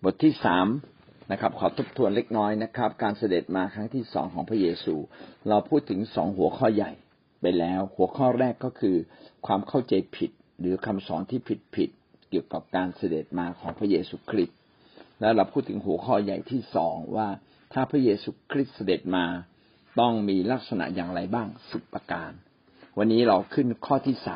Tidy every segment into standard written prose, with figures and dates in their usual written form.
บทที่3นะครับขอทบทวนเล็กน้อยนะครับการเสด็จมาครั้งที่2ของพระเยซูเราพูดถึง2หัวข้อใหญ่ไปแล้วหัวข้อแรกก็คือความเข้าใจผิดหรือคำสอนที่ผิดเกี่ยวกับการเสด็จมาของพระเยซูคริสต์แล้วเราพูดถึงหัวข้อใหญ่ที่2ว่าถ้าพระเยซูคริสต์เสด็จมาต้องมีลักษณะอย่างไรบ้าง10ประการวันนี้เราขึ้นข้อที่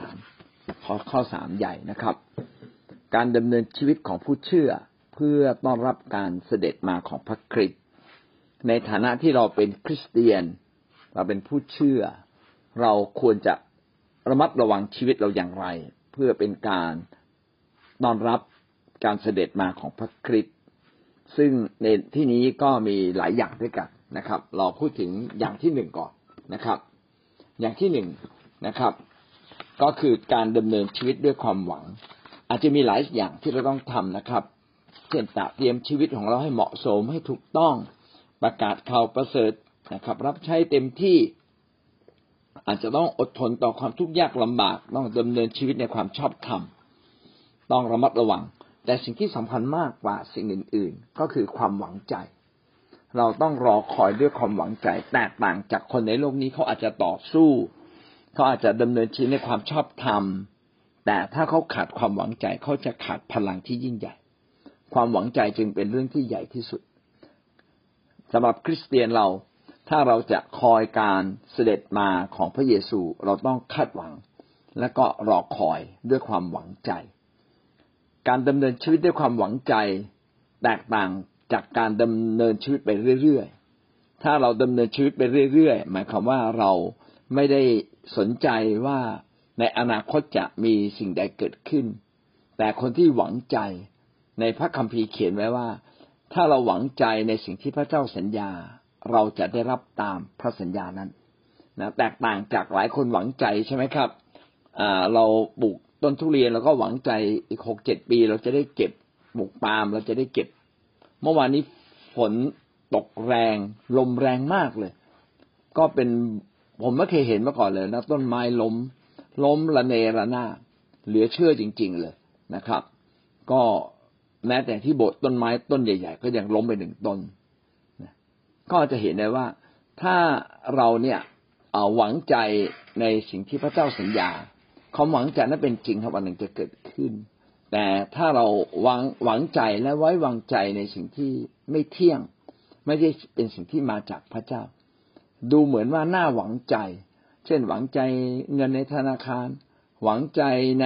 3ข้อ3ใหญ่นะครับการดำเนินชีวิตของผู้เชื่อเพื่อต้อนรับการเสด็จมาของพระคริสต์ในฐานะที่เราเป็นคริสเตียนเราเป็นผู้เชื่อเราควรจะระมัดระวังชีวิตเราอย่างไรเพื่อเป็นการต้อนรับการเสด็จมาของพระคริสต์ซึ่งในที่นี้ก็มีหลายอย่างด้วยกันนะครับเราพูดถึงอย่างที่1ก่อนนะครับอย่างที่1นะครับก็คือการดำเนินชีวิตด้วยความหวังอาจจะมีหลายอย่างที่เราต้องทำนะครับเช่นเตรียมชีวิตของเราให้เหมาะสมให้ถูกต้องประกาศข่าวประเสริฐนะครับรับใช้เต็มที่อาจจะต้องอดทนต่อความทุกข์ยากลำบากต้องดำเนินชีวิตในความชอบธรรมต้องระมัดระวังแต่สิ่งที่สำคัญมากกว่าสิ่งอื่นๆก็คือความหวังใจเราต้องรอคอยด้วยความหวังใจแตกต่างจากคนในโลกนี้เขาอาจจะต่อสู้เขาอาจจะดำเนินชีวิตในความชอบธรรมแต่ถ้าเขาขาดความหวังใจเขาจะขาดพลังที่ยิ่งใหญ่ความหวังใจจึงเป็นเรื่องที่ใหญ่ที่สุดสำหรับคริสเตียนเราถ้าเราจะคอยการเสด็จมาของพระเยซูเราต้องคาดหวังและก็รอคอยด้วยความหวังใจการดำเนินชีวิตด้วยความหวังใจแตกต่างจากการดำเนินชีวิตไปเรื่อยๆถ้าเราดำเนินชีวิตไปเรื่อยๆหมายความว่าเราไม่ได้สนใจว่าในอนาคตจะมีสิ่งใดเกิดขึ้นแต่คนที่หวังใจในพระคัมภีร์เขียนไว้ว่าถ้าเราหวังใจในสิ่งที่พระเจ้าสัญญาเราจะได้รับตามพระสัญญานั้นนะแตกต่างจากหลายคนหวังใจใช่ไหมครับเราปลูกต้นทุเรียนเราก็หวังใจอีก 6-7 ปีเราจะได้เก็บปลูกปาล์มเราจะได้เก็บเมื่อวานนี้ฝนตกแรงลมแรงมากเลยก็เป็นผมไม่เคยเห็นมาก่อนเลยนะต้นไม้ล้มระเนระนาดเหลือเชื่อจริงๆเลยนะครับก็แม้แต่ที่โบสถ์ต้นไม้ต้นใหญ่ๆก็ยังล้มไป1ต้นก็จะเห็นได้ว่าถ้าเราเนี่ยหวังใจในสิ่งที่พระเจ้าสัญญาความหวังใจนั้นเป็นจริงครับวันหนึ่งจะเกิดขึ้นแต่ถ้าเราหวังใจและไว้วางใจในสิ่งที่ไม่เที่ยงไม่ได้เป็นสิ่งที่มาจากพระเจ้าดูเหมือนว่าน่าหวังใจเช่นหวังใจเงินในธนาคารหวังใจใน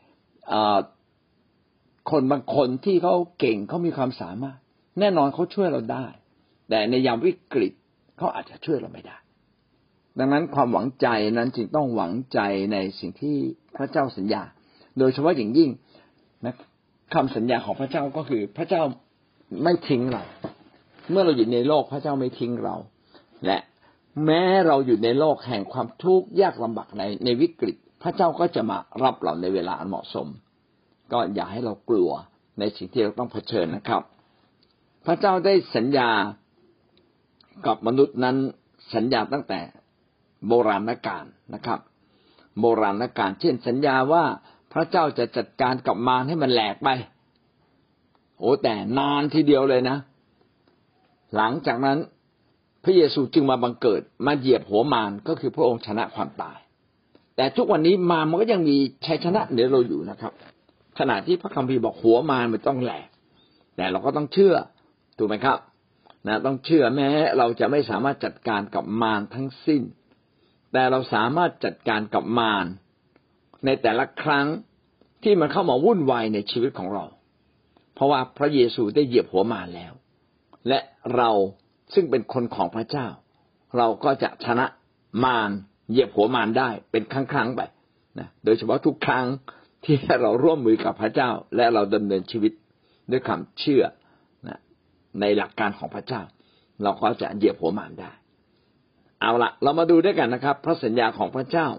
คนบางคนที่เขาเก่งเขามีความสามารถแน่นอนเขาช่วยเราได้แต่ในยามวิกฤตเขาอาจจะช่วยเราไม่ได้ดังนั้นความหวังใจนั้นจึงต้องหวังใจในสิ่งที่พระเจ้าสัญญาโดยเฉพาะอย่างยิ่งนะคำสัญญาของพระเจ้าก็คือพระเจ้าไม่ทิ้งเราเมื่อเราอยู่ในโลกพระเจ้าไม่ทิ้งเราและแม้เราอยู่ในโลกแห่งความทุกข์ยากลำบากในวิกฤตพระเจ้าก็จะมารับเราในเวลาอันเหมาะสมก็อย่าให้เรากลัวในสิ่งที่เราต้องเผชิญนะครับพระเจ้าได้สัญญากับมนุษย์นั้นสัญญาตั้งแต่โบราณกาลนะครับโบราณกาลเช่นสัญญาว่าพระเจ้าจะจัดการกับมารให้มันแหลกไปโอ้แต่นานทีเดียวเลยนะหลังจากนั้นพระเยซูจึงมาบังเกิดมาเหยียบหัวมารก็คือพระองค์ชนะความตายแต่ทุกวันนี้มารมันก็ยังมีชัยชนะเหนือเราอยู่นะครับขณะที่พระคัมภีร์บอกหัวมารมันต้องแหลกแต่เราก็ต้องเชื่อถูกไหมครับนะต้องเชื่อแม้เราจะไม่สามารถจัดการกับมารทั้งสิ้นแต่เราสามารถจัดการกับมารในแต่ละครั้งที่มันเข้ามาวุ่นวายในชีวิตของเราเพราะว่าพระเยซูได้เหยียบหัวมารแล้วและเราซึ่งเป็นคนของพระเจ้าเราก็จะชนะมารเหยียบหัวมารได้เป็นครั้งๆไปนะโดยเฉพาะทุกครั้งที่เราร่วมมือกับพระเจ้าและเราดำเนินชีวิตด้วยความเชื่อนะในหลักการของพระเจ้าเราก็จะเหยียบหัวมารได้เอาละเรามาดูด้วยกันนะครับพระสัญญาของพระเจ้า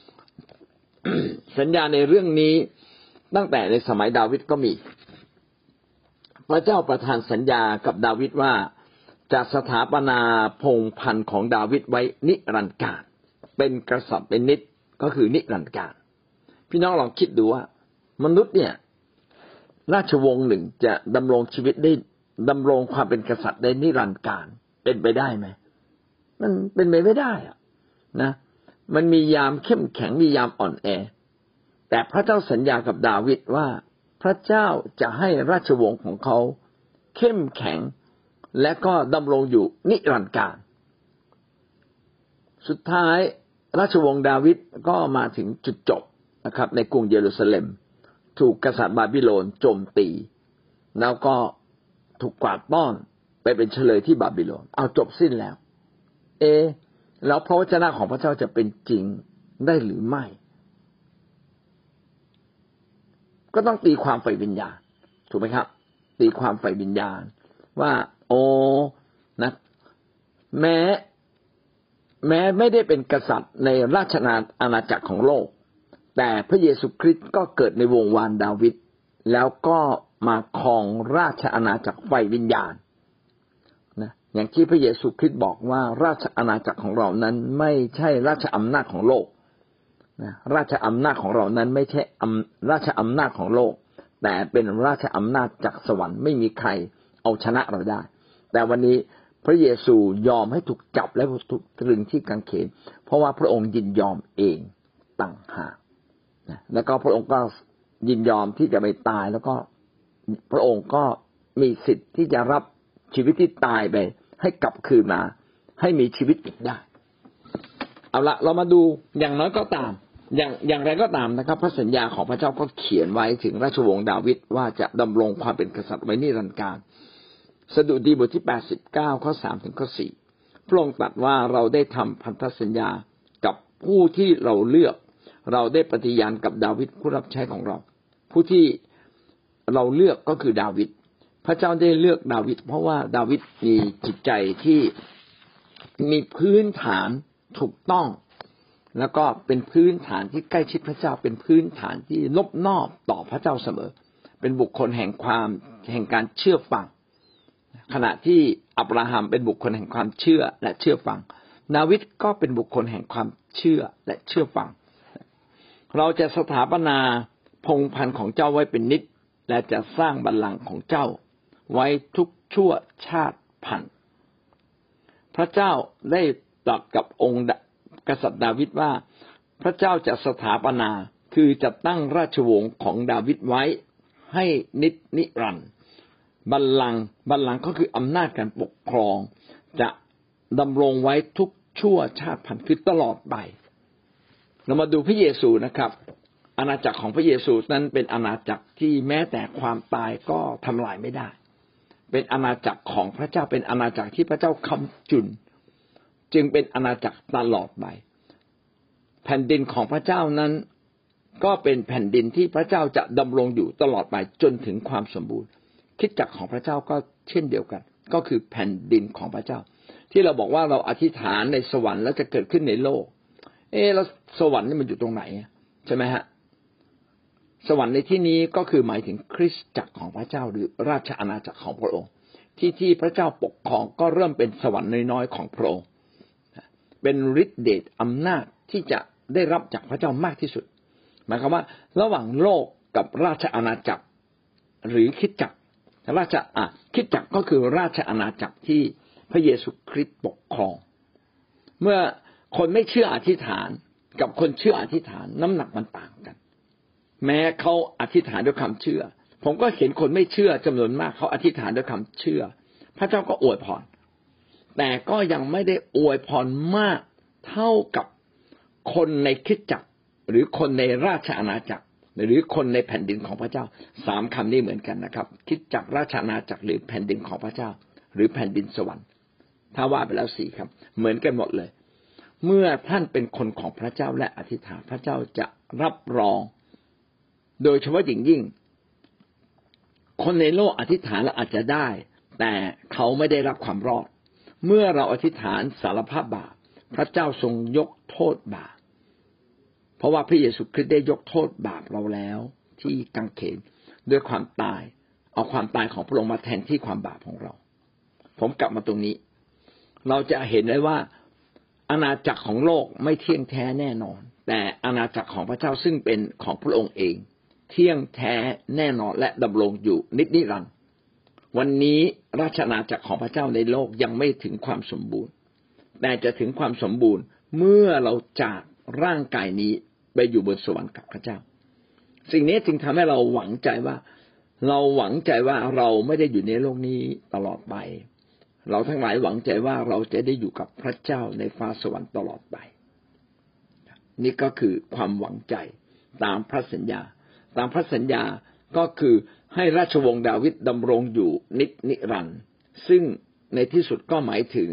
สัญญาในเรื่องนี้ตั้งแต่ในสมัยดาวิดก็มีพระเจ้าประทานสัญญากับดาวิดว่าจะสถาปนาพงศ์พันธุ์ของดาวิดไว้นิรันดร์กาลเป็นกษัตริย์เป็นนิจก็คือนิรันดร์กาลพี่น้องลองคิดดูว่ามนุษย์เนี่ยราชวงศ์หนึ่งจะดำรงชีวิตได้ดำรงความเป็นกษัตริย์ได้นิรันดร์กาลเป็นไปได้ไหมมันเป็นไปไม่ได้อะนะมันมียามเข้มแข็งมียามอ่อนแอแต่พระเจ้าสัญญากับดาวิดว่าพระเจ้าจะให้ราชวงศ์ของเขาเข้มแข็งและก็ดำรงอยู่นิรันดร์กาลสุดท้ายราชวงศ์ดาวิดก็มาถึงจุดจบนะครับในกรุงเยรูซาเล็มถูกกษัตริย์บาบิโลนโจมตีแล้วก็ถูกกวาดต้อนไปเป็นเฉลยที่บาบิโลนเอาจบสิ้นแล้วแล้วพระวจนะของพระเจ้าจะเป็นจริงได้หรือไม่ก็ต้องตีความฝ่ายวิญญาณถูกไหมครับตีความฝ่ายวิญญาณว่านะแม้ไม่ได้เป็นกษัตริย์ในราชอาณาจักรของโลกแต่พระเยซูคริสต์ก็เกิดในวงวานดาวิดแล้วก็มาครองราชอาณาจักรฝ่ายวิญญาณนะอย่างที่พระเยซูคริสต์บอกว่าราชอาณาจักรของเรานั้นไม่ใช่ราชอำนาจของโลกนะราชอำนาจของเรานั้นไม่ใช่ราชอำนาจของโลกแต่เป็นราชอำนาจจากสวรรค์ไม่มีใครเอาชนะเราได้แต่วันนี้พระเยซูยอมให้ถูกจับและถูกตรึงที่กางเขนเพราะว่าพระองค์ยินยอมเองต่างหากนะแล้วก็พระองค์ก็ยินยอมที่จะไปตายแล้วก็พระองค์ก็มีสิทธิ์ที่จะรับชีวิตที่ตายไปให้กลับคืนมาให้มีชีวิตอีกได้เอาละเรามาดูอย่างน้อยก็ตามอย่างไรก็ตามนะครับพระสัญญาของพระเจ้าก็เขียนไว้ถึงราชวงศ์ดาวิดว่าจะดำรงความเป็นกษัตริย์ไว้นิรันดร์กาลสดุดีบทที่89ข้อ3ถึงข้อ4พระองค์ตรัสว่าเราได้ทำพันธสัญญากับผู้ที่เราเลือกเราได้ปฏิญาณกับดาวิดผู้รับใช้ของเราผู้ที่เราเลือกก็คือดาวิดพระเจ้าได้เลือกดาวิดเพราะว่าดาวิดมีจิตใจที่มีพื้นฐานถูกต้องแล้วก็เป็นพื้นฐานที่ใกล้ชิดพระเจ้าเป็นพื้นฐานที่นบนอบต่อพระเจ้าเสมอเป็นบุคคลแห่งการเชื่อฟังขณะที่อับราฮัมเป็นบุคคลแห่งความเชื่อและเชื่อฟังดาวิดก็เป็นบุคคลแห่งความเชื่อและเชื่อฟังเราจะสถาปนาพงศ์พันธุ์ของเจ้าไว้เป็นนิจและจะสร้างบัลลังก์ของเจ้าไว้ทุกชั่วชาติพันธุ์พระเจ้าได้ตรัสกับองค์กษัตริย์ดาวิดว่าพระเจ้าจะสถาปนาคือจะตั้งราชวงศ์ของดาวิดไว้ให้นิรันดร์บัลลังก์ก็คืออำนาจการปกครองจะดำรงไว้ทุกชั่วชาติพันธุ์คือตลอดไปเรามาดูพระเยซูนะครับอาณาจักรของพระเยซูนั้นเป็นอาณาจักรที่แม้แต่ความตายก็ทำลายไม่ได้เป็นอาณาจักรของพระเจ้าเป็นอาณาจักรที่พระเจ้าค้ำจุนจึงเป็นอาณาจักรตลอดไปแผ่นดินของพระเจ้านั้นก็เป็นแผ่นดินที่พระเจ้าจะดำรงอยู่ตลอดไปจนถึงความสมบูรณ์คริสตจักรของพระเจ้าก็เช่นเดียวกันก็คือแผ่นดินของพระเจ้าที่เราบอกว่าเราอธิษฐานในสวรรค์แล้วจะเกิดขึ้นในโลกแล้วสวรรค์นี่มันอยู่ตรงไหนใช่ไหมฮะสวรรค์ในที่นี้ก็คือหมายถึงคริสตจักรของพระเจ้าหรือราชอาณาจักรของพระองค์ที่พระเจ้าปกครองก็เริ่มเป็นสวรรค์น้อยๆของพระองค์เป็นฤทธิเดชอำนาจที่จะได้รับจากพระเจ้ามากที่สุดหมายความว่าระหว่างโลกกับราชอาณาจักรหรือคริสตจักรคริสตจักรก็คือราชอาณาจักรที่พระเยซูคริสต์ปกครองเมื่อคนไม่เชื่ออธิษฐานกับคนเชื่ออธิษฐานน้ำหนักมันต่างกันแม้เขาอธิษฐานด้วยความเชื่อผมก็เห็นคนไม่เชื่อจำนวนมากเขาอธิษฐานด้วยความเชื่อพระเจ้าก็อวยพรแต่ก็ยังไม่ได้อวยพรมากเท่ากับคนในคริสตจักรหรือคนในราชอาณาจักรหรือคนในแผ่นดินของพระเจ้าสามคำนี้เหมือนกันนะครับคริสตจักรราชอาณาจักรหรือแผ่นดินของพระเจ้าหรือแผ่นดินสวรรค์ถ้าว่าไปแล้ว4ครับเหมือนกันหมดเลยเมื่อท่านเป็นคนของพระเจ้าและอธิษฐานพระเจ้าจะรับรองโดยเฉพาะอย่างยิ่งคนในโลกอธิษฐานแล้วอาจจะได้แต่เขาไม่ได้รับความรอดเมื่อเราอธิษฐานสารภาพบาปพระเจ้าทรงยกโทษบาปเพราะว่าพระเยซูคริสต์ได้ยกโทษบาปเราแล้วที่กางเขนด้วยความตายเอาความตายของพระองค์มาแทนที่ความบาปของเราผมกลับมาตรงนี้เราจะเห็นได้ว่าอาณาจักรของโลกไม่เที่ยงแท้แน่นอนแต่อาณาจักรของพระเจ้าซึ่งเป็นของพระองค์เองเที่ยงแท้แน่นอนและดำรงอยู่นิรันดร์วันนี้ราชอาณาจักรของพระเจ้าในโลกยังไม่ถึงความสมบูรณ์แต่จะถึงความสมบูรณ์เมื่อเราจากร่างกายนี้ไปอยู่บนสวรรค์กับพระเจ้าสิ่งนี้จึงทำให้เราหวังใจว่าเราไม่ได้อยู่ในโลกนี้ตลอดไปเราทั้งหลายหวังใจว่าเราจะได้อยู่กับพระเจ้าในฟ้าสวรรค์ตลอดไปนี่ก็คือความหวังใจตามพระสัญญาก็คือให้ราชวงศ์ดาวิดดำรงอยู่นิรันดร์ซึ่งในที่สุดก็หมายถึง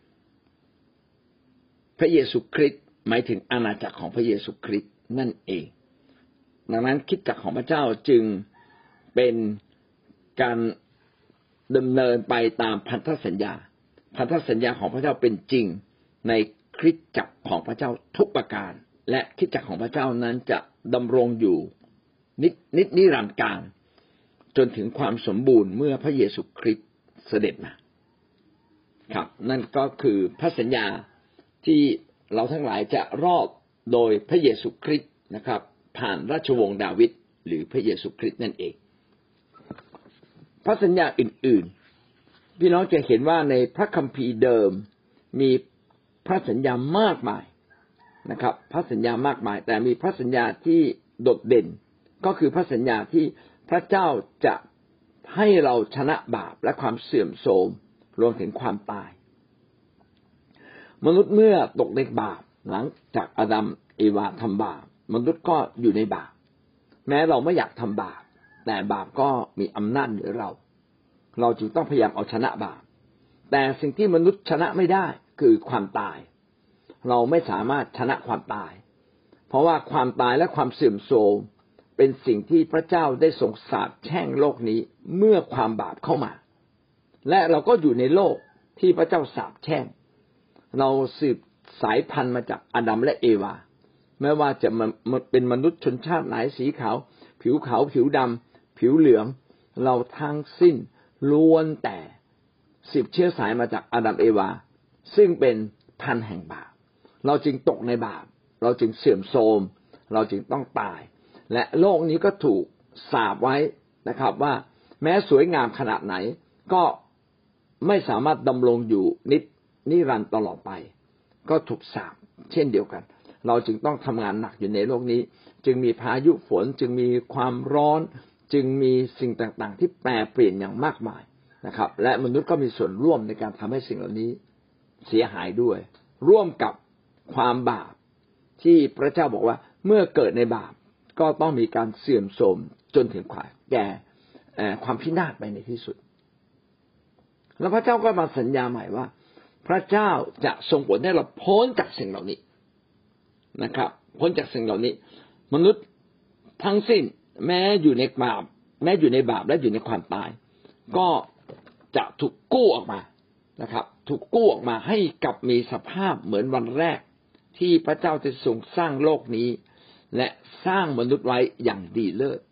พระเยซูคริสต์หมายถึงอาณาจักรของพระเยซูคริสต์นั่นเองดังนั้นคริสตจักรของพระเจ้าจึงเป็นการดำเนินไปตามพันธสัญญาของพระเจ้าเป็นจริงในคริสตจักรของพระเจ้าทุกประการและคริสตจักรของพระเจ้านั้นจะดำรงอยู่นิรันดร์การจนถึงความสมบูรณ์เมื่อพระเยซูคริสต์เสด็จมาครับนั่นก็คือพระสัญญาที่เราทั้งหลายจะรอดโดยพระเยซูคริสต์นะครับผ่านราชวงศ์ดาวิดหรือพระเยซูคริสต์นั่นเองพระสัญญาอื่นๆพี่น้องจะเห็นว่าในพระคัมภีร์เดิมมีพระสัญญามากมายนะครับพระสัญญามากมายแต่มีพระสัญญาที่โดดเด่นก็คือพระสัญญาที่พระเจ้าจะให้เราชนะบาปและความเสื่อมโทรมรวมถึงความตายมนุษย์เมื่อตกในบาปหลังจากอาดัมเอวาทำบาปมนุษย์ก็อยู่ในบาปแม้เราไม่อยากทำบาปแต่บาปก็มีอำนาจเหนือเราจึงต้องพยายามเอาชนะบาปแต่สิ่งที่มนุษย์ชนะไม่ได้คือความตายเราไม่สามารถชนะความตายเพราะว่าความตายและความเสื่อมโทรมเป็นสิ่งที่พระเจ้าได้ทรงสาปแช่งโลกนี้เมื่อความบาปเข้ามาและเราก็อยู่ในโลกที่พระเจ้าสาปแช่งเราสืบสายพันธุ์มาจากอาดัมและเอวาไม่ว่าจะเป็นมนุษย์ชนชาติไหนสีขาวผิวขาวผิวดำผิวเหลืองเราทั้งสิ้นล้วนแต่สืบเชื้อสายมาจากอาดัมเอวาซึ่งเป็นพันธุ์แห่งบาปเราจึงตกในบาปเราจึงเสื่อมโทรมเราจึงต้องตายและโลกนี้ก็ถูกสาปไว้นะครับว่าแม้สวยงามขนาดไหนก็ไม่สามารถดำรงอยู่นิรันดร์ตลอดไปก็ถูกสาปเช่นเดียวกันเราจึงต้องทำงานหนักอยู่ในโลกนี้จึงมีพายุฝนจึงมีความร้อนจึงมีสิ่งต่างๆที่แปรเปลี่ยนอย่างมากมายนะครับและมนุษย์ก็มีส่วนร่วมในการทำให้สิ่งเหล่านี้เสียหายด้วยร่วมกับความบาปที่พระเจ้าบอกว่าเมื่อเกิดในบาปก็ต้องมีการเสื่อมโทรมจนถึงความพินาศไปในที่สุดแล้วพระเจ้าก็มาสัญญาใหม่ว่าพระเจ้าจะทรงโปรดให้เราพ้นจากสิ่งเหล่านี้นะครับพ้นจากสิ่งเหล่านี้มนุษย์ทั้งสิ้นแม้อยู่ในบาปและอยู่ในความตายก็จะถูกกู้ออกมานะครับถูกกู้ออกมาให้กลับมีสภาพเหมือนวันแรกที่พระเจ้าจะทรงสร้างโลกนี้และสร้างมนุษย์ไว้อย่างดีเลิศ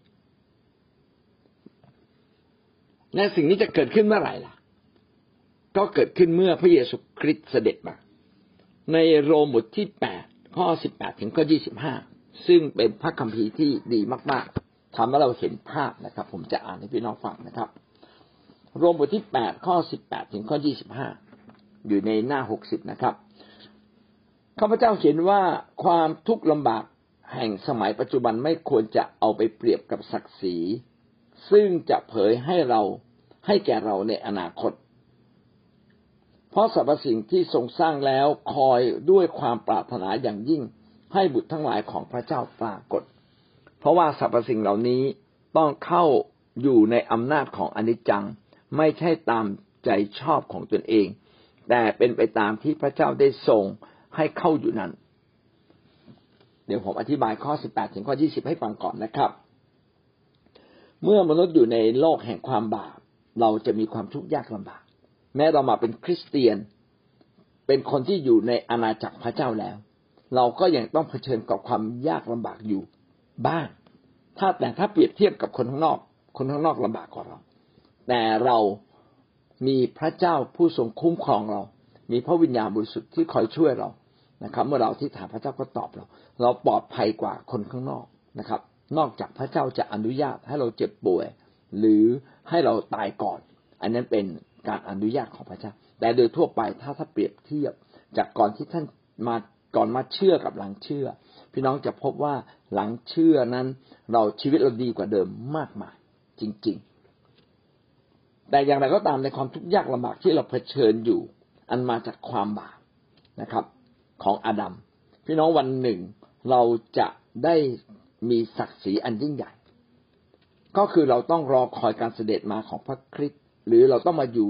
และสิ่งนี้จะเกิดขึ้นเมื่อไหร่ล่ะก็เกิดขึ้นเมื่อพระเยซูคริสต์เสด็จมาในโรมบทที่8ข้อ18ถึงข้อ25ซึ่งเป็นพระคัมภีร์ที่ดีมากๆทำให้เราเห็นภาพนะครับผมจะอ่านให้พี่น้องฟังนะครับโรมบทที่8ข้อ18ถึงข้อ25อยู่ในหน้า60นะครับข้าพเจ้าเห็นว่าความทุกข์ลำบากแห่งสมัยปัจจุบันไม่ควรจะเอาไปเปรียบกับศักดิ์ศรีซึ่งจะเผยให้แก่เราในอนาคตเพราะสรรพสิ่งที่ทรงสร้างแล้วคอยด้วยความปรารถนาอย่างยิ่งให้บุตรทั้งหลายของพระเจ้าปรากฏเพราะว่าสรรพสิ่งเหล่านี้ต้องเข้าอยู่ในอำนาจของอนิจจังไม่ใช่ตามใจชอบของตนเองแต่เป็นไปตามที่พระเจ้าได้ทรงให้เข้าอยู่นั้นเดี๋ยวผมอธิบายข้อ18ถึงข้อ20ให้ฟังก่อนนะครับเมื่อมนุษย์อยู่ในโลกแห่งความบาปเราจะมีความทุกข์ยากลำบากแม้เรามาเป็นคริสเตียนเป็นคนที่อยู่ในอาณาจักรพระเจ้าแล้วเราก็ยังต้องเผชิญกับความยากลำบากอยู่บ้างแต่ถ้าเปรียบเทียบกับคนข้างนอกลำบากกว่าเราแต่เรามีพระเจ้าผู้ทรงคุ้มครองเรามีพระวิญญาณบริสุทธิ์ที่คอยช่วยเรานะครับเมื่อเราอธิษฐานพระเจ้าก็ตอบเราปลอดภัยกว่าคนข้างนอกนะครับนอกจากพระเจ้าจะอนุญาตให้เราเจ็บป่วยหรือให้เราตายก่อนอันนั้นเป็นการอนุญาตของพระเจ้าแต่โดยทั่วไปถ้าเปรียบเทียบจากก่อนที่ท่านมาเชื่อกับหลังเชื่อพี่น้องจะพบว่าหลังเชื่อนั้นชีวิตเราดีกว่าเดิมมากมายจริงๆแต่อย่างไรก็ตามในความทุกข์ยากลำบากที่เราเผชิญอยู่อันมาจากความบาปนะครับของอาดัมพี่น้องวันหนึ่งเราจะได้มีศักดิ์ศรีอันยิ่งใหญ่ก็คือเราต้องรอคอยการเสด็จมาของพระคริสต์หรือเราต้องมาอยู่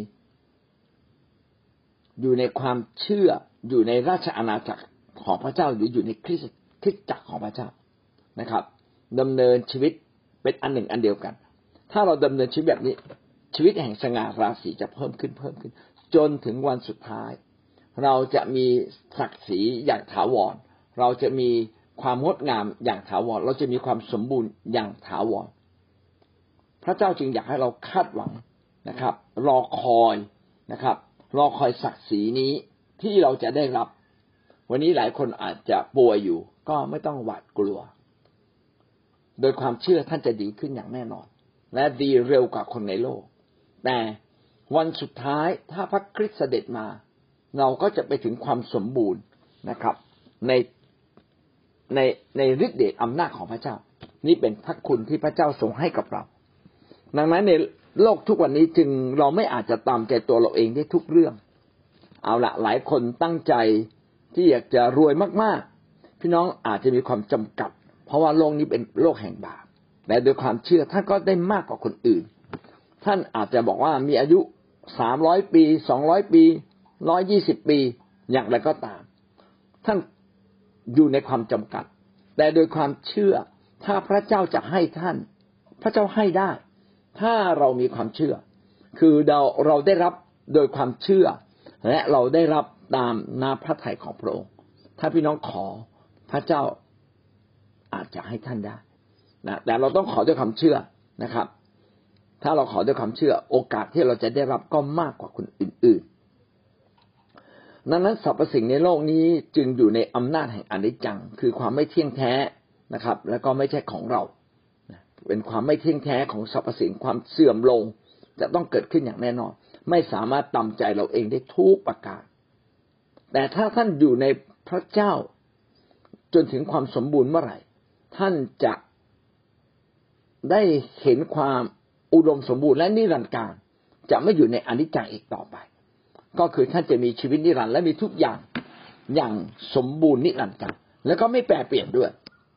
ในความเชื่ออยู่ในราชอาณาจักรของพระเจ้าหรืออยู่ในคริสตจักรของพระเจ้านะครับดำเนินชีวิตเป็นอันหนึ่งอันเดียวกันถ้าเราดำเนินชีวิตแบบนี้ชีวิตแห่งสง่าราศีจะเพิ่มขึ้นจนถึงวันสุดท้ายเราจะมีศักดิ์ศรีอย่างถาวรเราจะมีความงดงามอย่างถาวรเราจะมีความสมบูรณ์อย่างถาวรพระเจ้าจึงอยากให้เราคาดหวังนะครับรอคอยนะครับรอคอยศักดิ์ศรีนี้ที่เราจะได้รับวันนี้หลายคนอาจจะป่วยอยู่ก็ไม่ต้องหวาดกลัวโดยความเชื่อท่านจะดีขึ้นอย่างแน่นอนและดีเร็วกว่าคนในโลกแต่วันสุดท้ายถ้าพระคริสต์เสด็จมาเราก็จะไปถึงความสมบูรณ์นะครับในฤทธิ์เดชอำนาจของพระเจ้านี่เป็นพระคุณที่พระเจ้าทรงให้กับเราดังนั้นในโลกทุกวันนี้จึงเราไม่อาจจะตามใจตัวเราเองได้ทุกเรื่องเอาละหลายคนตั้งใจที่อยากจะรวยมากๆพี่น้องอาจจะมีความจำกัดเพราะว่าโลกนี้เป็นโลกแห่งบาปแต่โดยความเชื่อท่านก็ได้มากกว่าคนอื่นท่านอาจจะบอกว่ามีอายุ300ปี200ปี120ปีอย่างไรก็ตามท่านอยู่ในความจำกัดแต่โดยความเชื่อถ้าพระเจ้าจะให้ท่านพระเจ้าให้ได้ถ้าเรามีความเชื่อคือเราได้รับโดยความเชื่อและเราได้รับตามน้ำพระทัยของพระองค์ถ้าพี่น้องขอพระเจ้าอาจจะให้ท่านได้นะแต่เราต้องขอด้วยความเชื่อนะครับถ้าเราขอด้วยความเชื่อโอกาสที่เราจะได้รับก็มากกว่าคนอื่นๆดังนั้นสรรพสิ่งในโลกนี้จึงอยู่ในอำนาจแห่งอนิจจังคือความไม่เที่ยงแท้นะครับแล้วก็ไม่ใช่ของเราเป็นความไม่เที่ยงแท้ของสรรพสิ่งความเสื่อมลงจะต้องเกิดขึ้นอย่างแน่นอนไม่สามารถตามใจเราเองได้ทุกประการแต่ถ้าท่านอยู่ในพระเจ้าจนถึงความสมบูรณ์เมื่อไหร่ท่านจะได้เห็นความอุดมสมบูรณ์และนิรันดร์การจะไม่อยู่ในอนิจจังอีกต่อไปก็คือท่านจะมีชีวิตนิรันดร์และมีทุกอย่างอย่างสมบูรณ์นิรันดร์การแล้วก็ไม่แปรเปลี่ยนด้วย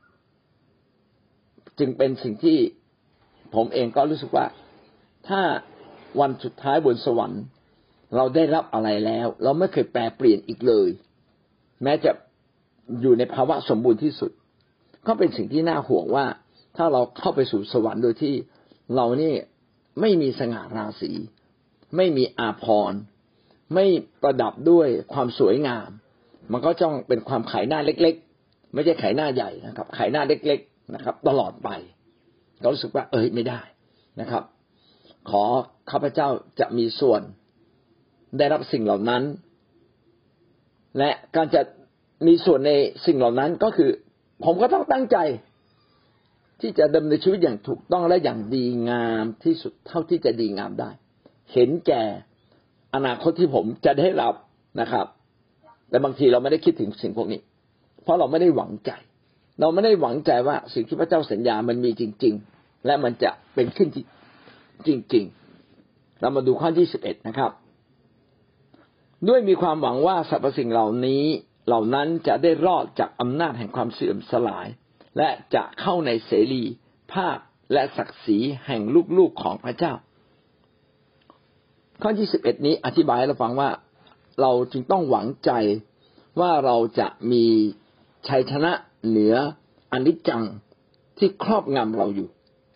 จึงเป็นสิ่งที่ผมเองก็รู้สึกว่าถ้าวันสุดท้ายบนสวรรค์เราได้รับอะไรแล้วเราไม่เคยแปรเปลี่ยนอีกเลยแม้จะอยู่ในภาวะสมบูรณ์ที่สุดก็เป็นสิ่งที่น่าห่วงว่าถ้าเราเข้าไปสู่สวรรค์โดยที่เรานี่ไม่มีสง่าราศีไม่มีอาภรณ์ไม่ประดับด้วยความสวยงามมันก็จ้องเป็นความไขหน้าเล็กๆไม่ใช่ไขหน้าใหญ่นะครับไขหน้าเล็กๆนะครับตลอดไปเรารู้สึกว่าไม่ได้นะครับขอข้าพเจ้าจะมีส่วนได้รับสิ่งเหล่านั้นและการจะมีส่วนในสิ่งเหล่านั้นก็คือผมก็ต้องตั้งใจที่จะดำเนินชีวิตอย่างถูกต้องและอย่างดีงามที่สุดเท่าที่จะดีงามได้เห็นแก่อนาคตที่ผมจะได้รับนะครับแต่บางทีเราไม่ได้คิดถึงสิ่งพวกนี้เพราะเราไม่ได้หวังใจว่าสิ่งที่พระเจ้าสัญญามันมีจริงๆและมันจะเป็นขึ้นจริงๆเรามาดูข้อที่11นะครับด้วยมีความหวังว่าสรรพสิ่งเหล่านั้นจะได้รอดจากอำนาจแห่งความเสื่อมสลายและจะเข้าในเสรีภาพและศักดิ์ศรีแห่งลูกๆของพระเจ้าข้อที่11นี้อธิบายให้เราฟังว่าเราจึงต้องหวังใจว่าเราจะมีชัยชนะเหนืออนิจจังที่ครอบงำเราอยู่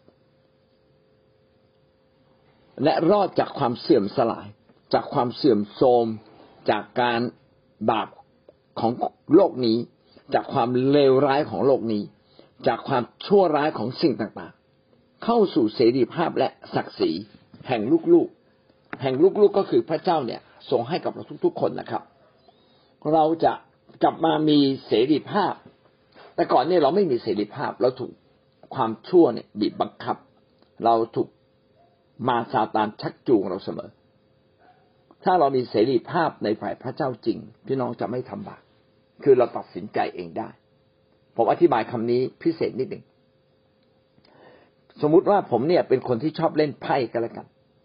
และรอดจากความเสื่อมสลายจากความเสื่อมโทรมจากการบาปของโลกนี้จากความเลวร้ายของโลกนี้จากความชั่วร้ายของสิ่งต่างๆเข้าสู่เสรีภาพและศักดิ์ศรีแห่งลูกๆก็คือพระเจ้าเนี่ยทรงให้กับเราทุกๆคนนะครับเราจะกลับมามีเสรีภาพแต่ก่อนเนี่ยเราไม่มีเสรีภาพเราถูกความชั่วเนี่ยบีบบังคับเราถูกมารซาตานชักจูงเราเสมอถ้าเรามีเสรีภาพในฝ่ายพระเจ้าจริงพี่น้องจะไม่ทำบาปคือเราตัดสินใจเองได้ผมอธิบายคำนี้พิเศษนิดหนึ่งสมมุติว่าผมเนี่ยเป็นคนที่ชอบเล่นไพ่ก็แล้วกัน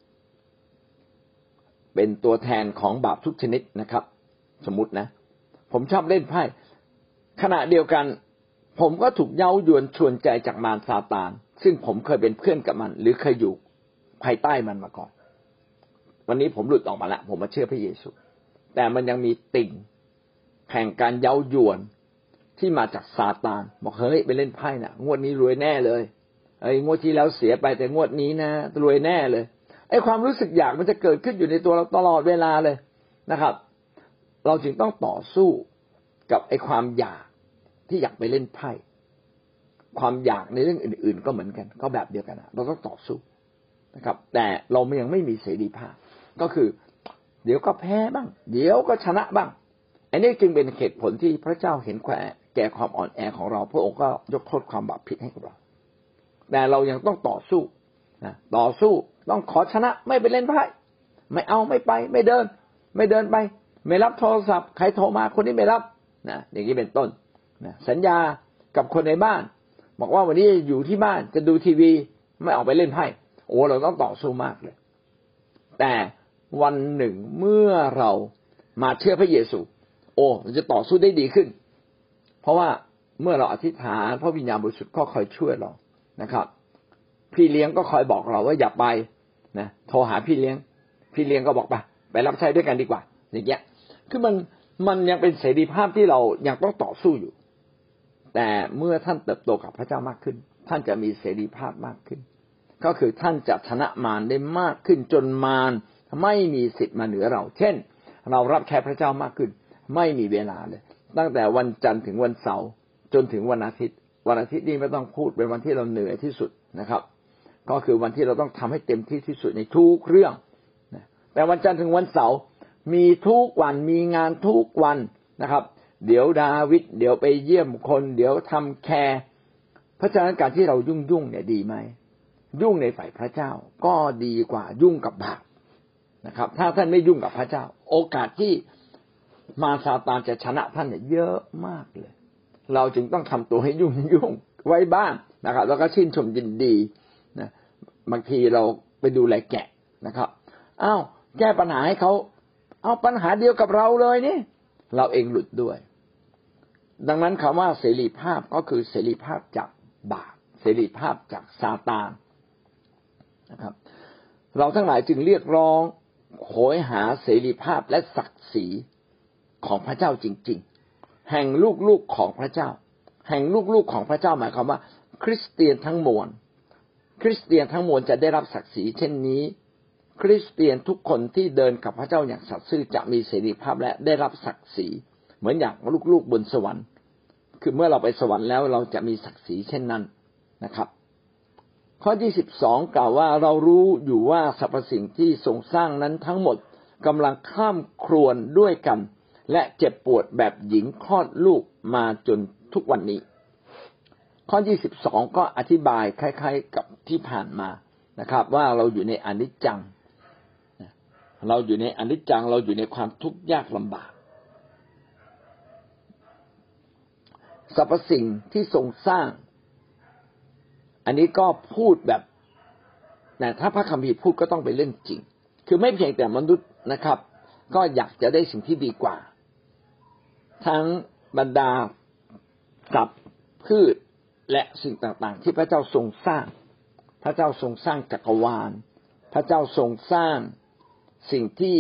เป็นตัวแทนของบาปทุกชนิดนะครับสมมุตินะผมชอบเล่นไพ่ขณะเดียวกันผมก็ถูกเย้ายวนชวนใจจากมารซาตานซึ่งผมเคยเป็นเพื่อนกับมันหรือเคยอยู่ภายใต้มันมาก่อนวันนี้ผมหลุดออกมาแล้วผมมาเชื่อพระเยซูแต่มันยังมีติ่งแห่งการเย้ายวนที่มาจากซาตานบอกเฮ้ยไปเล่นไพ่น่ะงวดนี้รวยแน่เลยงวดที่แล้วเสียไปแต่งวดนี้นะรวยแน่เลยไอ้ความรู้สึกอยากมันจะเกิดขึ้นอยู่ในตัวเราตลอดเวลาเลยนะครับเราจึงต้องต่อสู้กับไอ้ความอยากที่อยากไปเล่นไพ่ความอยากในเรื่องอื่นๆก็เหมือนกันก็แบบเดียวกันเราต้องต่อสู้นะครับแต่เรายังไม่มีเสรีภาพก็คือเดี๋ยวก็แพ้บ้างเดี๋ยวก็ชนะบ้างอันนี้จึงเป็นเหตุผลที่พระเจ้าเห็นแก่ความอ่อนแอของเราพระองค์ก็ยกโทษความบาปผิดให้กับเราแต่เรายังต้องต่อสู้ต่อสู้ต้องขอชนะไม่ไปเล่นไพ่ไม่เอาไม่ไปไม่เดินไปไม่รับโทรศัพท์ใครโทรมาคนนี้ไม่รับนะอย่างนี้เป็นต้นนะสัญญากับคนในบ้านบอกว่าวันนี้อยู่ที่บ้านจะดูทีวีไม่ออกไปเล่นไพ่โอ้เราต้องต่อสู้มากเลยแต่วันหนึ่งเมื่อเรามาเชื่อพระเยซูโอ้เราจะต่อสู้ได้ดีขึ้นเพราะว่าเมื่อเราอธิษฐานพระวิญญาณบริสุทธิ์ก็คอยช่วยเรานะครับพี่เลี้ยงก็คอยบอกเราว่าอย่าไปนะโทรหาพี่เลี้ยงก็บอกไปรับใช้ด้วยกันดีกว่าอย่างเงี้ยคือมันยังเป็นเสรีภาพที่เรายังต้องต่อสู้อยู่แต่เมื่อท่านเติบโตกับพระเจ้ามากขึ้นท่านจะมีเสรีภาพมากขึ้นก็คือท่านจะชนะมารได้มากขึ้นจนมารไม่มีสิทธิ์มาเหนือเราเช่นเรารับใช้พระเจ้ามากขึ้นไม่มีเวลาเลยตั้งแต่วันจันทร์ถึงวันเสาร์จนถึงวันอาทิตย์นี่ไม่ต้องพูดเป็นวันที่เราเหนื่อยที่สุดนะครับก็คือวันที่เราต้องทำให้เต็มที่ที่สุดในทุกเรื่องแต่วันจันทร์ถึงวันเสาร์มีทุกวันมีงานทุกวันนะครับเดี๋ยวดาวิดเดี๋ยวไปเยี่ยมคนเดี๋ยวทำแคร์เพราะฉะนั้นการที่เรายุ่งเนี่ยดีไหมยุ่งในฝ่ายพระเจ้าก็ดีกว่ายุ่งกับบาปนะครับถ้าท่านไม่ยุ่งกับพระเจ้าโอกาสที่มารซาตานจะชนะท่านเนี่ยเยอะมากเลยเราจึงต้องทำตัวให้ยุ่งไว้บ้างนะครับแล้วก็ชื่นชมยินดีนะบางทีเราไปดูแลแกะนะครับแก้ปัญหาให้เขาเอาปัญหาเดียวกับเราเลยนี่เราเองหลุดด้วยดังนั้นคำว่าเสรีภาพก็คือเสรีภาพจากบาปเสรีภาพจากซาตานนะครับเราทั้งหลายจึงเรียกร้องโหยหาเสรีภาพและศักดิ์ศรีของพระเจ้าจริงๆแห่งลูกๆของพระเจ้าแห่งลูกๆของพระเจ้าหมายความว่าคริสเตียนทั้งมวลจะได้รับศักดิ์ศรีเช่นนี้คริสเตียนทุกคนที่เดินกับพระเจ้าอย่างสัตย์ซื่อจะมีเสรีภาพและได้รับศักดิ์ศรีเหมือนอย่างลูกๆบนสวรรค์คือเมื่อเราไปสวรรค์แล้วเราจะมีศักดิ์ศรีเช่นนั้นนะครับข้อที่12กล่าวว่าเรารู้อยู่ว่าสรรพสิ่งที่ทรงสร้างนั้นทั้งหมดกำลังข้ามครวญด้วยกันและเจ็บปวดแบบหญิงคลอดลูกมาจนทุกวันนี้ข้อที่12ก็อธิบายคล้ายๆกับที่ผ่านมานะครับว่าเราอยู่ในอนิจจังเราอยู่ในความทุกข์ยากลำบากสรรพสิ่งที่ทรงสร้างอันนี้ก็พูดแบบแต่ถ้าพระคัมภีร์พูดก็ต้องเป็นเรื่องจริงคือไม่เพียงแต่มนุษย์นะครับก็อยากจะได้สิ่งที่ดีกว่าทั้งบรรดาสัตว์พืชและสิ่งต่างๆที่พระเจ้าทรงสร้างพระเจ้าทรงสร้างจักรวาลพระเจ้าทรงสร้างสิ่งที่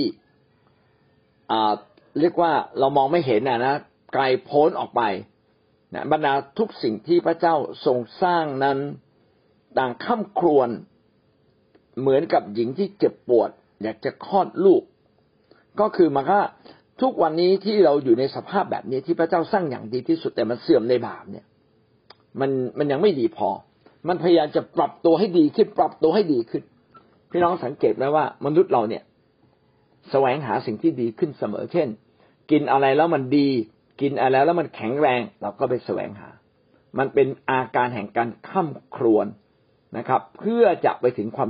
เรียกว่าเรามองไม่เห็นนะไกลโพ้นออกไปบรรดาทุกสิ่งที่พระเจ้าทรงสร้างนั้นต่างค่ำครวญเหมือนกับหญิงที่เจ็บปวดอยากจะคลอดลูกก็คือมันก็ทุกวันนี้ที่เราอยู่ในสภาพแบบนี้ที่พระเจ้าสร้างอย่างดีที่สุดแต่มันเสื่อมในบาปเนี่ยมันยังไม่ดีพอมันพยายามจะปรับตัวให้ดีขึ้นพี่น้องสังเกตไหมว่ามนุษย์เราเนี่ยแสวงหาสิ่งที่ดีขึ้นเสมอเช่นกินอะไรแล้วมันดีกินอะไรแล้วมันแข็งแรงเราก็ไปแสวงหามันเป็นอาการแห่งการค่ำครวญนะครับเพื่อจะไปถึงความ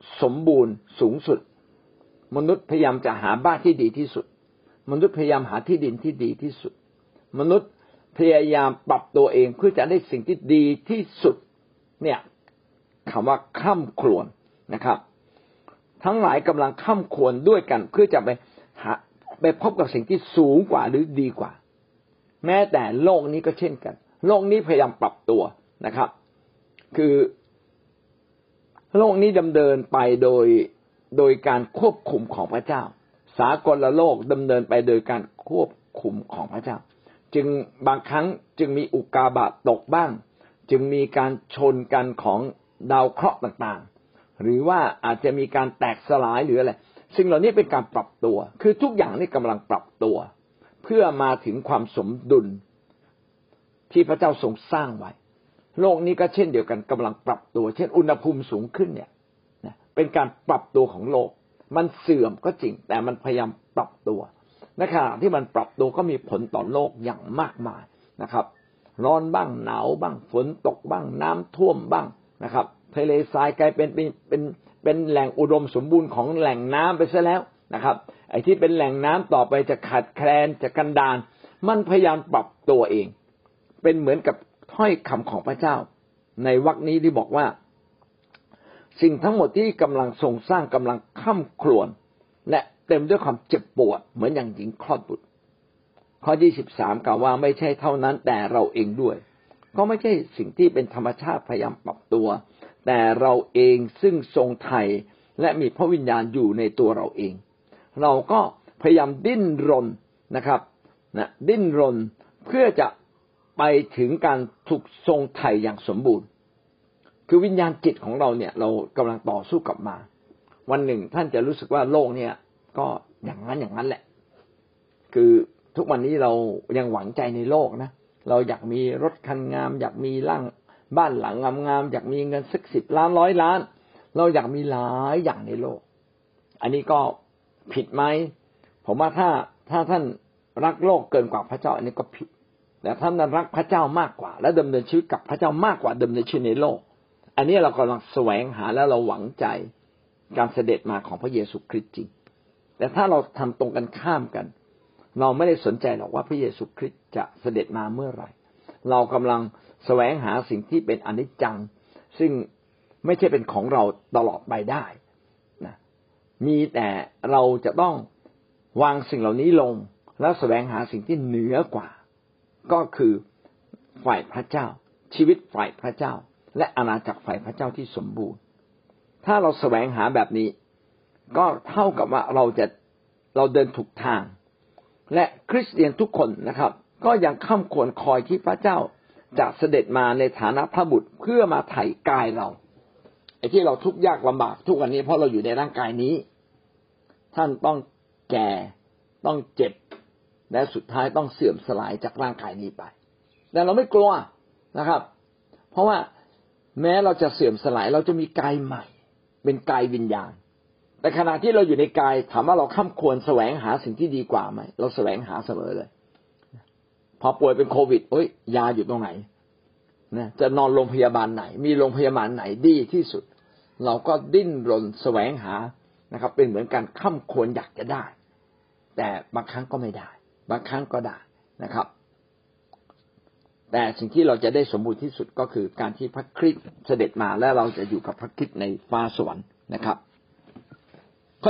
สมบูรณ์สูงสุดมนุษย์พยายามจะหาบ้านที่ดีที่สุดมนุษย์พยายามหาที่ดินที่ดีที่สุดมนุษย์พยายามปรับตัวเองเพื่อจะได้สิ่งที่ดีที่สุดเนี่ยคำว่าคร่ำครวญนะครับทั้งหลายกำลังคร่ำครวญด้วยกันเพื่อจะไปพบกับสิ่งที่สูงกว่าหรือดีกว่าแม้แต่โลกนี้ก็เช่นกันโลกนี้พยายามปรับตัวนะครับคือโลกนี้ดำเนินไปโดยการควบคุมของพระเจ้าสากลโลกดำเนินไปโดยการควบคุมของพระเจ้าจึงบางครั้งจึงมีอุกกาบาตตกบ้างจึงมีการชนกันของดาวเคราะห์ต่างๆหรือว่าอาจจะมีการแตกสลายหรืออะไรสิ่งเหล่านี้เป็นการปรับตัวคือทุกอย่างนี่กำลังปรับตัวเพื่อมาถึงความสมดุลที่พระเจ้าทรงสร้างไว้โลกนี้ก็เช่นเดียวกันกำลังปรับตัวเช่นอุณหภูมิสูงขึ้นเนี่ยเป็นการปรับตัวของโลกมันเสื่อมก็จริงแต่มันพยายามปรับตัวในขณะที่มันปรับตัวก็มีผลต่อโลกอย่างมากมายนะครับร้อนบ้างหนาวบ้างฝนตกบ้างน้ำท่วมบ้างนะครับทะเลทรายกลายเป็นแหล่งอุดมสมบูรณ์ของแหล่งน้ำไปซะแล้วนะครับไอ้ที่เป็นแหล่งน้ำต่อไปจะขาดแคลนจะกันดารมันพยายามปรับตัวเองเป็นเหมือนกับถ้อยคำของพระเจ้าในวรรคนี้ที่บอกว่าสิ่งทั้งหมดที่กำลังทรงสร้างกำลังคร่ำครวญและเต็มด้วยความเจ็บปวดเหมือนอย่างหญิงคลอดบุตรข้อ23กล่าวว่าไม่ใช่เท่านั้นแต่เราเองด้วยก็ไม่ใช่สิ่งที่เป็นธรรมชาติพยายามปรับตัวแต่เราเองซึ่งทรงไถ่และมีพระวิญญาณอยู่ในตัวเราเองเราก็พยายามดิ้นรนนะครับดิ้นรนเพื่อจะไปถึงการถูกทรงไถ่อย่างสมบูรณ์คือวิญญาณจิตของเราเนี่ยเรากำลังต่อสู้กลับมาวันหนึ่งท่านจะรู้สึกว่าโลกเนี่ยก็อย่างนั้นแหละคือทุกวันนี้เรายังหวังใจในโลกนะเราอยากมีรถคันงามอยากมีบ้านหลังงามๆอยากมีเงินสัก10 ล้าน100 ล้านเราอยากมีหลายอย่างในโลกอันนี้ก็ผิดไหมผมว่าถ้าท่านรักโลกเกินกว่าพระเจ้าอันนี้ก็ผิดแต่ท่านรักพระเจ้ามากกว่าและดำเนินชีวิตกับพระเจ้ามากกว่าดำเนินชีวิตในโลกอันนี้เรากำลังแสวงหาและเราหวังใจการเสด็จมาของพระเยซูคริสต์จริงแต่ถ้าเราทำตรงกันข้ามกันเราไม่ได้สนใจหรอกว่าพระเยซูคริสต์จะเสด็จมาเมื่อไหร่เรากำลังแสวงหาสิ่งที่เป็นอนิจจังซึ่งไม่ใช่เป็นของเราตลอดไปได้นะมีแต่เราจะต้องวางสิ่งเหล่านี้ลงแล้วแสวงหาสิ่งที่เหนือกว่าก็คือฝ่ายพระเจ้าชีวิตฝ่ายพระเจ้าและอาณาจักรฝ่ายพระเจ้าที่สมบูรณ์ถ้าเราแสวงหาแบบนี้ก็เท่ากับว่าเราเดินถูกทางและคริสเตียนทุกคนนะครับก็ยังค่ำควรคอยที่พระเจ้าจะเสด็จมาในฐานะพระบุตรเพื่อมาไถ่กายเราไอ้ที่เราทุกข์ยากลำบากทุกวันนี้เพราะเราอยู่ในร่างกายนี้ท่านต้องแก่ต้องเจ็บและสุดท้ายต้องเสื่อมสลายจากร่างกายนี้ไปแต่เราไม่กลัวนะครับเพราะว่าแม้เราจะเสื่อมสลายเราจะมีกายใหม่เป็นกายวิญญาณแต่ขณะที่เราอยู่ในกายถามว่าเราค่ำควรแสวงหาสิ่งที่ดีกว่าไหมเราแสวงหาเสมอเลยพอป่วยเป็นโควิดยาอยู่ตรงไหนนะจะนอนโรงพยาบาลไหนมีโรงพยาบาลไหนดีที่สุดเราก็ดิ้นรนแสวงหานะครับเป็นเหมือนการค่ำควรอยากจะได้แต่บางครั้งก็ไม่ได้บางครั้งก็ได้นะครับแต่สิ่งที่เราจะได้สมบูรณ์ที่สุดก็คือการที่พระคริสต์เสด็จมาและเราจะอยู่กับพระคริสต์ในฟ้าสวรรค์นะครับข้อ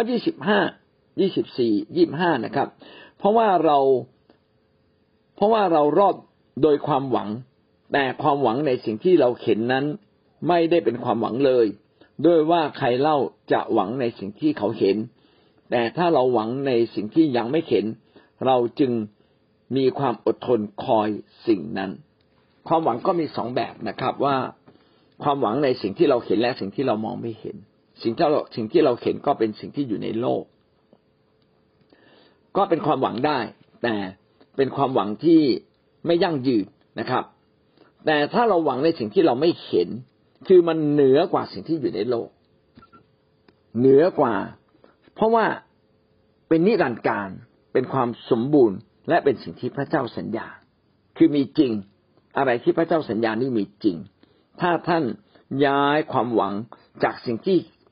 25 24 25นะครับเพราะว่าเรารอดโดยความหวังแต่ความหวังในสิ่งที่เราเห็นนั้นไม่ได้เป็นความหวังเลยด้วยว่าใครเล่าจะหวังในสิ่งที่เขาเห็นแต่ถ้าเราหวังในสิ่งที่ยังไม่เห็นเราจึงมีความอดทนคอยสิ่งนั้นความหวังก็มี2แบบนะครับว่าความหวังในสิ่งที่เราเห็นและสิ่งที่เรามองไม่เห็นสิ่งที่เราเห็นก็เป็นสิ่งที่อยู่ในโลกก็เป็นความหวังได้แต่เป็นความหวังที่ไม่ยั่งยืนนะครับแต่ถ้าเราหวังในสิ่งที่เราไม่เห็นคือมันเหนือกว่าสิ่งที่อยู่ในโลกเหนือกว่าเพราะว่าเป็นนิรันดร์การเป็นความสมบูรณ์และเป็นสิ่งที่พระเจ้าสัญญาคือมีจริงอะไรที่พระเจ้าสัญญานี่มีจริงถ้าท่านย้ายความหวังจากสิ่งที่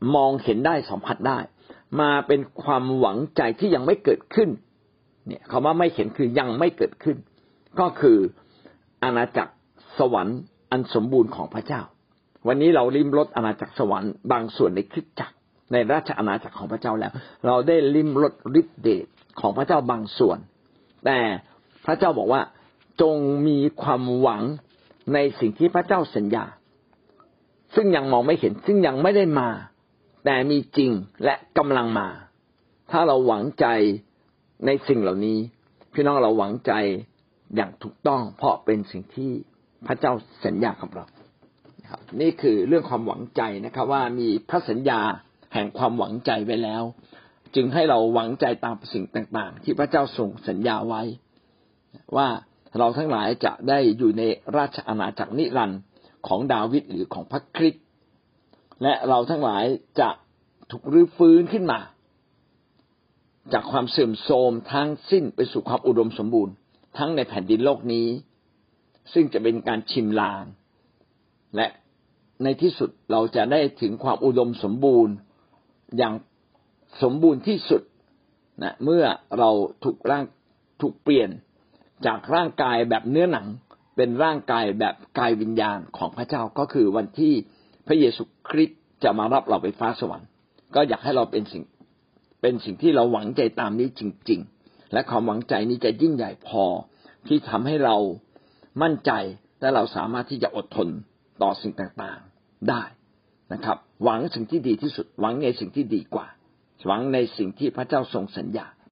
มองเห็นได้สัมผัสได้มาเป็นความหวังใจที่ยังไม่เกิดขึ้นเนี่ยคำว่าไม่เห็นคือยังไม่เกิดขึ้นก็คืออาณาจักรสวรรค์อันสมบูรณ์ของพระเจ้าวันนี้เราลิ้มรสอาณาจักรสวรรค์บางส่วนในคริสตจักรในราชอาณาจักรของพระเจ้าแล้วเราได้ลิ้มรสฤทธิ์เดชของพระเจ้าบางส่วนแต่พระเจ้าบอกว่าจงมีความหวังในสิ่งที่พระเจ้าสัญญาซึ่งยังมองไม่เห็นซึ่งยังไม่ได้มาแต่มีจริงและกำลังมาถ้าเราหวังใจในสิ่งเหล่านี้พี่น้องเราหวังใจอย่างถูกต้องเพราะเป็นสิ่งที่พระเจ้าสัญญากับเราครับนี่คือเรื่องความหวังใจนะครับว่ามีพระสัญญาแห่งความหวังใจไว้แล้วจึงให้เราหวังใจตามสิ่งต่างๆที่พระเจ้าทรงสัญญาไว้ว่าเราทั้งหลายจะได้อยู่ในราชอาณาจักรนิรันดร์ของดาวิดหรือของพระคริสต์และเราทั้งหลายจะถูกรื้อฟื้นขึ้นมาจากความเสื่อมโทรมทั้งสิ้นไปสู่ความอุดมสมบูรณ์ทั้งในแผ่นดินโลกนี้ซึ่งจะเป็นการชิมลางและในที่สุดเราจะได้ถึงความอุดมสมบูรณ์อย่างสมบูรณ์ที่สุดนะเมื่อเราถูกเปลี่ยนจากร่างกายแบบเนื้อหนังเป็นร่างกายแบบกายวิญญาณของพระเจ้าก็คือวันที่พระเยซูคริสต์จะมารับเราไปฟ้าสวรรค์ก็อยากให้เราเป็นสิ่งที่เราหวังใจตามนี้จริงๆและความหวังใจนี้จะยิ่งใหญ่พอที่ทำให้เรามั่นใจและเราสามารถที่จะอดทนต่อสิ่งต่างๆได้นะครับหวังสิ่งที่ดีที่สุดหวังในสิ่งที่ดีกว่าหวังในสิ่งที่พระเจ้าทรงสัญญา